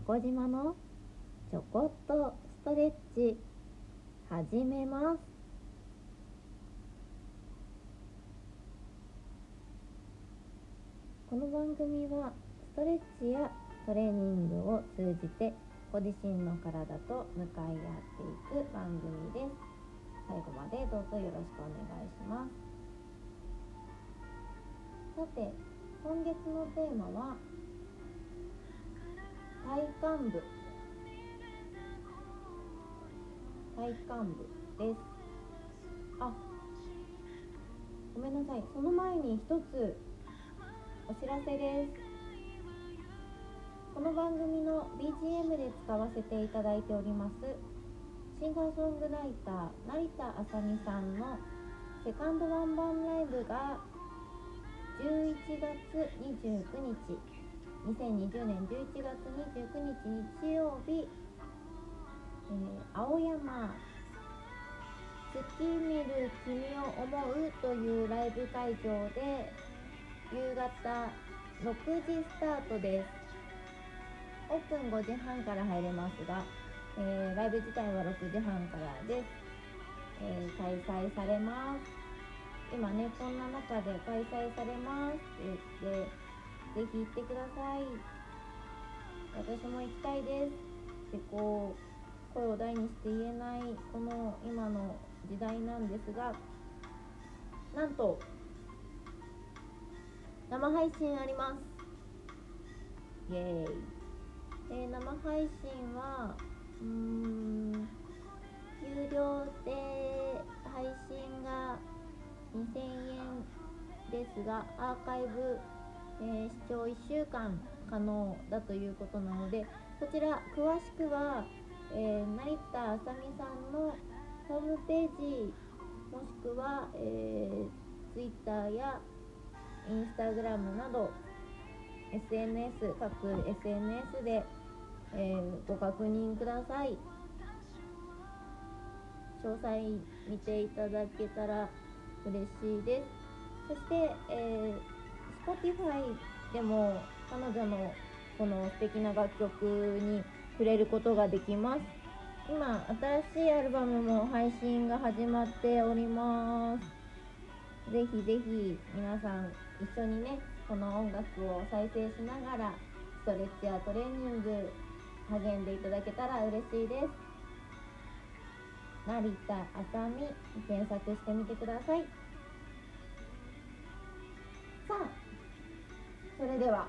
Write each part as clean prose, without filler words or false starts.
横島のちょこっとストレッチ始めます。この番組はストレッチやトレーニングを通じてご自身の体と向かい合っていく番組です。最後までどうぞよろしくお願いします。さて、今月のテーマは体幹部です。ごめんなさい、その前に一つお知らせです。この番組の BGM で使わせていただいておりますシンガーソングライター成田あさみさんのセカンドワンマンライブが11月29日2020年11月29日日曜日、青山月見る君を思うというライブ会場で夕方6時スタートです。オープン5時半から入れますが、ライブ自体は6時半からです。開催されます。今ね、こんな中で開催されますって言って、ぜひ行ってください。私も行きたいですって声を大にして言えないこの今の時代なんですが、なんと生配信あります。イエーイ。生配信は有料で配信が2000円ですが、アーカイブ、視聴1週間可能だということなので、こちら詳しくは、成田あさみさんのホームページもしくは、Twitter や Instagram など 各 SNS で、ご確認ください。詳細見ていただけたら嬉しいです。そして、Spotify でも彼女のこの素敵な楽曲に触れることができます。今新しいアルバムも配信が始まっております。ぜひぜひ皆さん一緒にね、この音楽を再生しながらストレッチやトレーニング励んでいただけたら嬉しいです。成田あさみ検索してみてください。さあ、それでは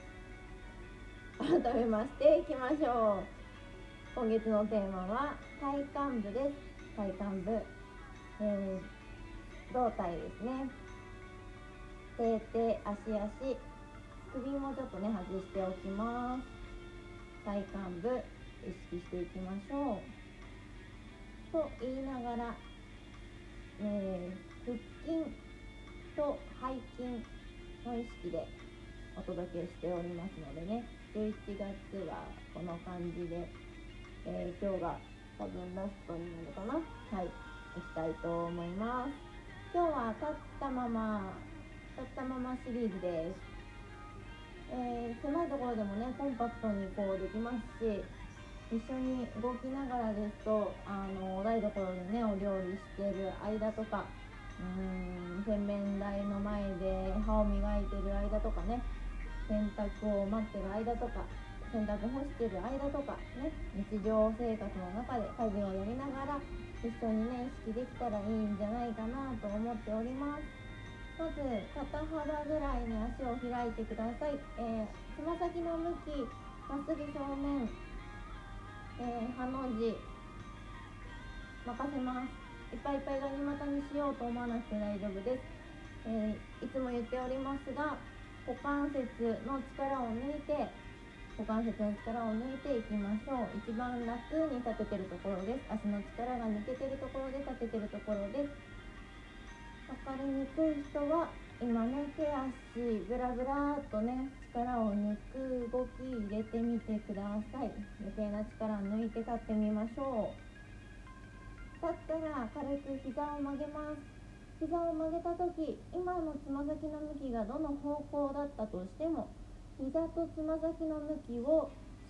改めましていきましょう。今月のテーマは体幹部です。体幹部、胴体ですね。手足、首もちょっとね外しておきます。体幹部意識していきましょうと言いながら、腹筋と背筋の意識でお届けしておりますのでね、11月はこの感じで、今日が多分ラストになるかな。はい、いきたいと思います。今日は立ったままシリーズです。狭いところでもねコンパクトにできますし、一緒に動きながらですとお台所でねお料理してる間とか、洗面台の前で歯を磨いてる間とかね、洗濯を待ってる間とか、洗濯干してる間とかね、日常生活の中で家事をやりながら一緒にね意識できたらいいんじゃないかなと思っております。まず肩幅ぐらいに足を開いてください。つま先の向きまっすぐ正面、ハの字任せます。いっぱいいっぱいガニ股にしようと思わなくて大丈夫です。いつも言っておりますが、股関節の力を抜いていきましょう。一番楽に立ててるところです。足の力が抜けてるところで立ててるところです。分かりにくい人は今ね、手足ブラブラーっとね力を抜く動き入れてみてください。余計な力抜いて立ってみましょう。立ったら軽く膝を曲げます。膝を曲げた時、今のつま先の向きがどの方向だったとしても、膝とつま先の向きを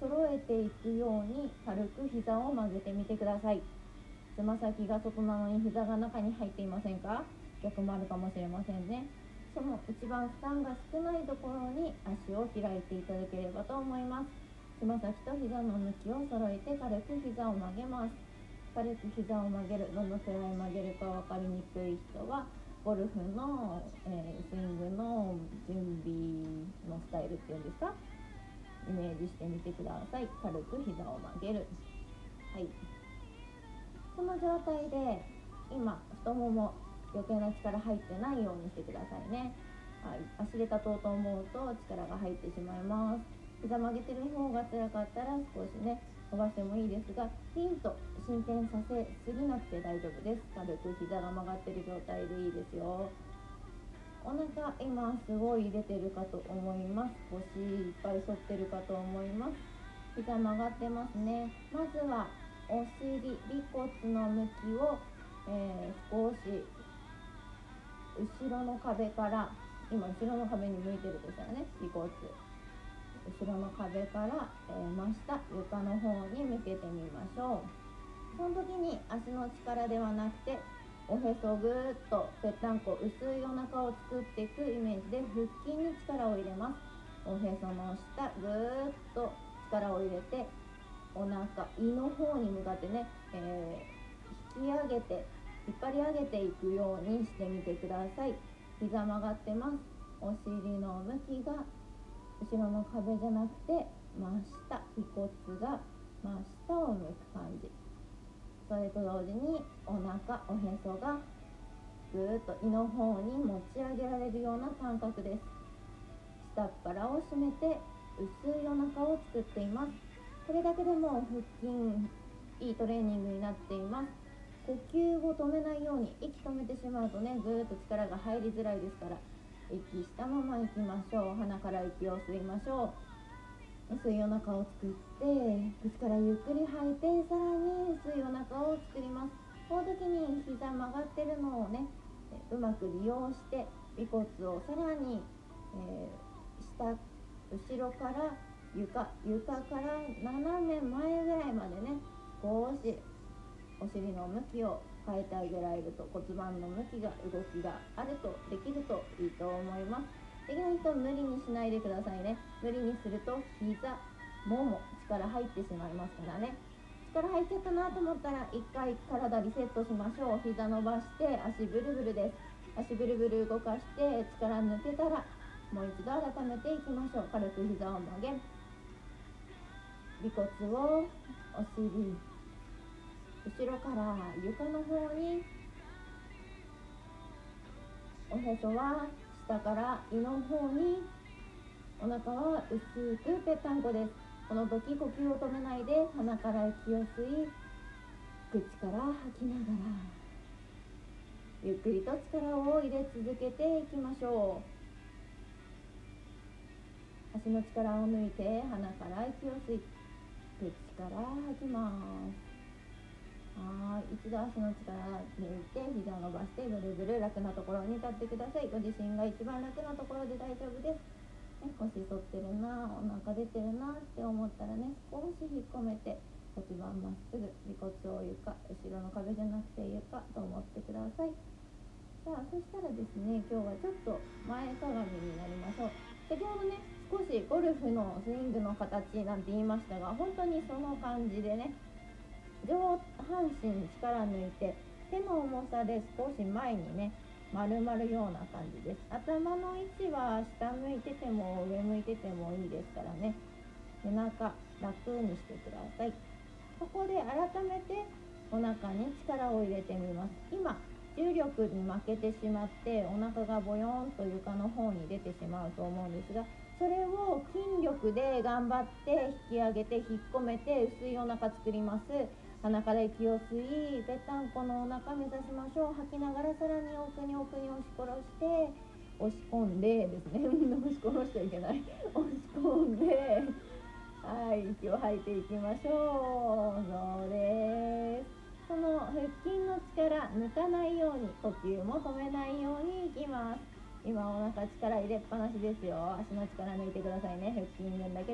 揃えていくように軽く膝を曲げてみてください。つま先が外なのに膝が中に入っていませんか？逆もあるかもしれませんね。その一番負担が少ないところに足を開いていただければと思います。つま先と膝の向きを揃えて軽く膝を曲げます。軽く膝を曲げる、どのくらい曲げるか分かりにくい人はゴルフの、スイングの準備のスタイルっていうんですか、イメージしてみてください。軽く膝を曲げる。はい、この状態で今太もも余計な力入ってないようにしてくださいね。はい、足で立とうと思うと力が入ってしまいます。膝曲げてる方が辛かったら少しね伸ばしてもいいですが、ピンと伸展させすぎなくて大丈夫です。軽く膝が曲がってる状態でいいですよ。お腹今すごい出てるかと思います。腰いっぱい反ってるかと思います。膝曲がってますね。まずはお尻、尾骨の向きを、少し後ろの壁から、今後ろの壁に向いてるとしたらね、尾骨後ろの壁から、真下床の方に向けてみましょう。その時に足の力ではなくておへそぐーっとぺったんこ薄いお腹を作っていくイメージで腹筋に力を入れます。おへその下ぐーっと力を入れてお腹胃の方に向かってね、引き上げて引っ張り上げていくようにしてみてください。膝曲がってます。お尻の向きが後ろの壁じゃなくて真下、尾骨が真下を向く感じ。それと同時にお腹、おへそがぐーっと胃の方に持ち上げられるような感覚です。下っ腹を締めて薄いお腹を作っています。これだけでも腹筋いいトレーニングになっています。呼吸を止めないように、息止めてしまうとねぐーっと力が入りづらいですから、息したまま行きましょう。鼻から息を吸いましょう。薄いお腹を作って口からゆっくり吐いて、さらに薄いお腹を作ります。この時に膝曲がってるのをねうまく利用して尾骨をさらに、後ろから床から斜め前ぐらいまでね少しお尻の向きを変えてあげられると、骨盤の向きが動きがあるとできるといいと思います。できない人は無理にしないでくださいね。無理にすると膝、もも力入ってしまいますからね。力入っちゃったなと思ったら一回体リセットしましょう。膝伸ばして足ブルブルです。足ブルブル動かして力抜けたらもう一度改めていきましょう。軽く膝を曲げ、尾骨をお尻後ろから床の方に、おへそは下から胃の方に、お腹は薄くぺったんこです。この時呼吸を止めないで鼻から息を吸い、口から吐きながらゆっくりと力を入れ続けていきましょう。足の力を抜いて鼻から息を吸い、口から吐きます。一度足の力抜いて膝を伸ばしてブルブル楽なところに立ってください。ご自身が一番楽なところで大丈夫です。腰反ってるな、お腹出てるなって思ったらね、少し引っ込めて骨盤まっすぐ、尾骨を床、後ろの壁じゃなくて床と思ってください。さあ、そしたらですね、今日はちょっと前かがみになりましょう。先ほどね、少しゴルフのスイングの形なんて言いましたが、本当にその感じでね、上半身に力抜いて手の重さで少し前にね丸まるような感じです。頭の位置は下向いてても上向いててもいいですからね、背中楽にしてください。ここで改めてお腹に力を入れてみます。今重力に負けてしまってお腹がボヨーンと床の方に出てしまうと思うんですが、それを筋力で頑張って引き上げて引っ込めて薄いお腹作ります。鼻から息を吸い、ぺったんこのお腹目指しましょう。吐きながらさらに奥に押し殺して押し込んでですね押し殺しちゃいけない押し込んで、はい、息を吐いていきましょう。そうです。その腹筋の力抜かないように、呼吸も止めないようにいきます。今お腹力入れっぱなしですよ。足の力抜いてくださいね。腹筋群だけです。お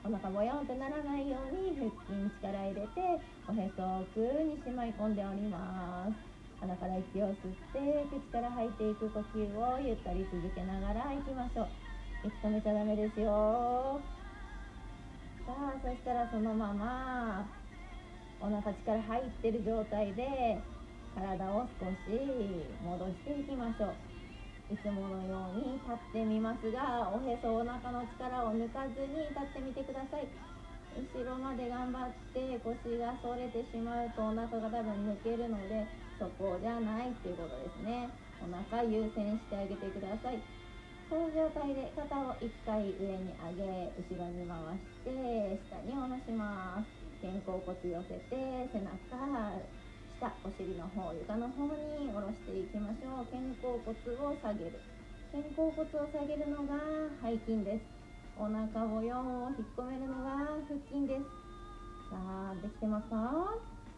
お腹ボヨンとならないように腹筋力入れておへそを奥にしまい込んでおります。鼻から息を吸って口から吐いていく呼吸をゆったり続けながらいきましょう。息止めちゃダメですよ。さあ、そしたらそのままお腹力入ってる状態で体を少し戻していきましょう。いつものように立ってみますが、おへそお腹の力を抜かずに立ってみてください。後ろまで頑張って腰が反れてしまうとお腹が多分抜けるので、そこじゃないっていうことですね。お腹優先してあげてください。この状態で肩を1回上に上げ、後ろに回して下に下ろします。肩甲骨寄せて背中下、お尻の方、床の方に下ろしていきましょう。肩甲骨を下げる。肩甲骨を下げるのが背筋です。お腹を4を引っ込めるのが腹筋です。さあ、できてますか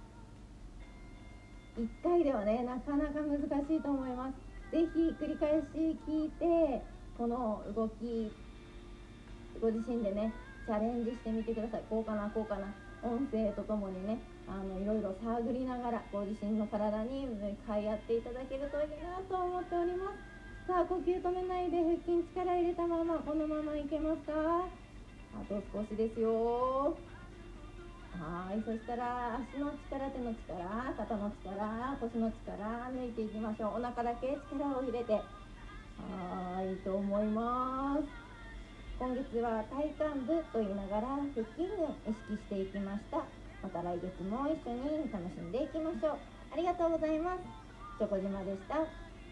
？1回ではね、なかなか難しいと思います。ぜひ繰り返し聞いて、この動きご自身でねチャレンジしてみてください。こうかなこうかな、音声とともにねいろいろ探りながらご自身の体に向かい合っていただけるといいなと思っております。さあ、呼吸止めないで腹筋力入れたままこのままいけますか？あと少しですよ。はい、そしたら足の力、手の力、肩の力、腰の力抜いていきましょう。お腹だけ力を入れて、はいと思います。今月は体幹部と言いながら腹筋群意識していきました。また来月も一緒に楽しんでいきましょう。ありがとうございます。チョコ島でした。